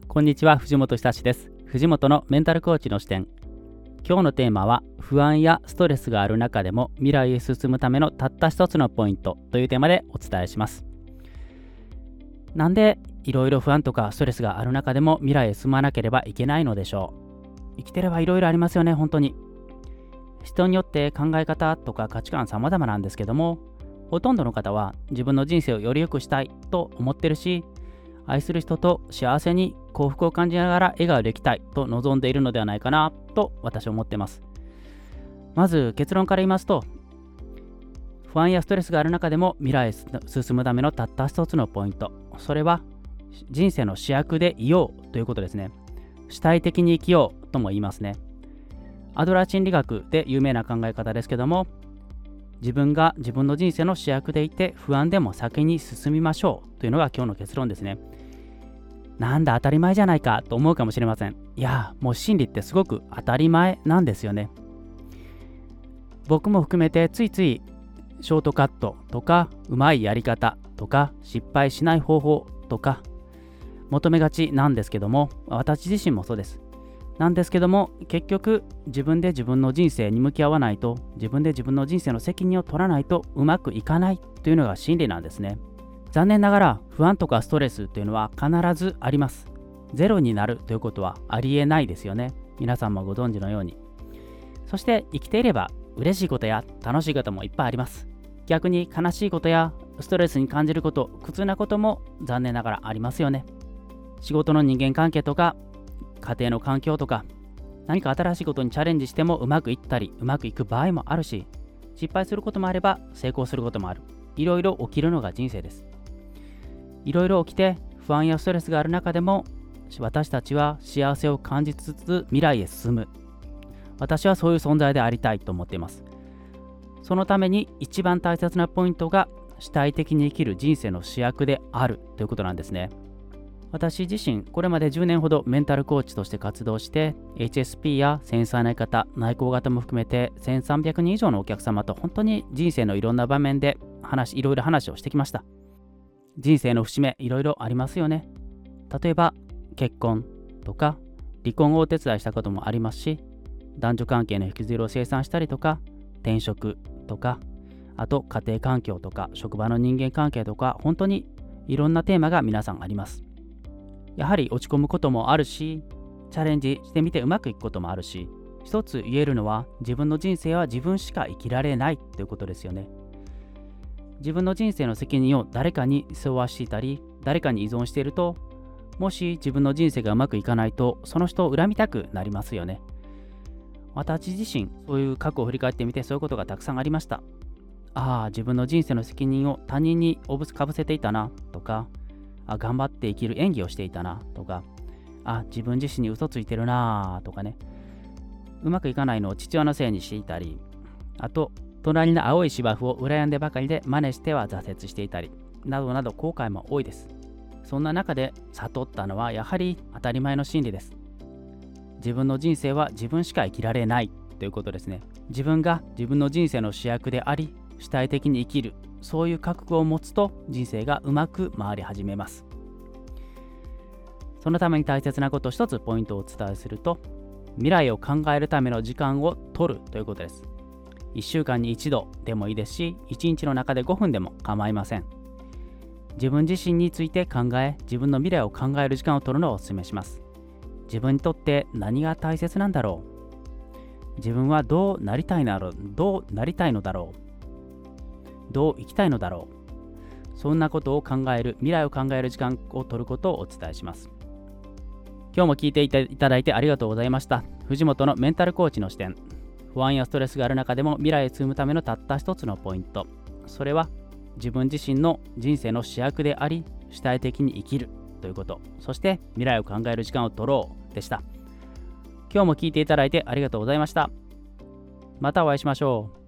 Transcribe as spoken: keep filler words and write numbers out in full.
こんにちは、藤本久志です。藤本のメンタルコーチの視点。今日のテーマは、不安やストレスがある中でも未来へ進むためのたった一つのポイントというテーマでお伝えします。なんでいろいろ不安とかストレスがある中でも未来へ進まなければいけないのでしょう。生きてればいろいろありますよね、本当に。人によって考え方とか価値観様々なんですけども、ほとんどの方は自分の人生をより良くしたいと思ってるし、愛する人と幸せに幸福を感じながら笑顔でいきたいと望んでいるのではないかなと私は思っています。まず結論から言いますと、不安やストレスがある中でも未来へ進むためのたった一つのポイント、それは人生の主役でいようということですね。主体的に生きようとも言いますね。アドラー心理学で有名な考え方ですけども、自分が自分の人生の主役でいて不安でも先に進みましょうというのが今日の結論ですね。なんだ当たり前じゃないかと思うかもしれません。いや、もう心理ってすごく当たり前なんですよね。僕も含めてついついショートカットとかうまいやり方とか失敗しない方法とか求めがちなんですけども、私自身もそうです。なんですけども、結局自分で自分の人生に向き合わないと、自分で自分の人生の責任を取らないとうまくいかないというのが真理なんですね。残念ながら不安とかストレスというのは必ずあります。ゼロになるということはありえないですよね。皆さんもご存知のように。そして生きていれば嬉しいことや楽しいこともいっぱいあります。逆に悲しいことやストレスに感じること、苦痛なことも残念ながらありますよね。仕事の人間関係とか家庭の環境とか、何か新しいことにチャレンジしてもうまくいったりうまくいく場合もあるし、失敗することもあれば成功することもある。いろいろ起きるのが人生です。いろいろ起きて不安やストレスがある中でも、私たちは幸せを感じつつ未来へ進む。私はそういう存在でありたいと思っています。そのために一番大切なポイントが、主体的に生きる人生の主役であるということなんですね。私自身これまでじゅうねんほどメンタルコーチとして活動して、 エイチエスピー や繊細な方、内向型も含めてせんさんびゃくにん以上のお客様と本当に人生のいろんな場面で話いろいろ話をしてきました。人生の節目いろいろありますよね。例えば結婚とか離婚をお手伝いしたこともありますし、男女関係の引きずりを清算したりとか、転職とか、あと家庭環境とか職場の人間関係とか、本当にいろんなテーマが皆さんあります。やはり落ち込むこともあるし、チャレンジしてみてうまくいくこともあるし、一つ言えるのは、自分の人生は自分しか生きられないということですよね。自分の人生の責任を誰かに背負わしていたり、誰かに依存していると、もし自分の人生がうまくいかないと、その人を恨みたくなりますよね。私自身そういう過去を振り返ってみて、そういうことがたくさんありました。ああ、自分の人生の責任を他人にかぶせていたなとか、あ、頑張って生きる演技をしていたなとか、あ、自分自身に嘘ついてるなとかね、うまくいかないのを父親のせいにしていたり、あと隣の青い芝生を羨んでばかりで真似しては挫折していたり、などなど後悔も多いです。そんな中で悟ったのは、やはり当たり前の真理です。自分の人生は自分しか生きられないということですね。自分が自分の人生の主役であり、主体的に生きる、そういう覚悟を持つと人生がうまく回り始めます。そのために大切なこと、一つポイントをお伝えすると、未来を考えるための時間を取るということです。いっしゅうかんに一度でもいいですし、いちにちの中でごふんでも構いません。自分自身について考え、自分の未来を考える時間を取るのをお勧めします。自分にとって何が大切なんだろう、自分はどうなりたいのだろう、どうなりたいのだろう、どう生きたいのだろう、そんなことを考える、未来を考える時間を取ることをお伝えします。今日も聞いていただいてありがとうございました。藤本のメンタルコーチの視点。不安やストレスがある中でも未来へ進むためのたった一つのポイント、それは自分自身の人生の主役であり、主体的に生きるということ、そして未来を考える時間を取ろうでした。今日も聞いていただいてありがとうございました。またお会いしましょう。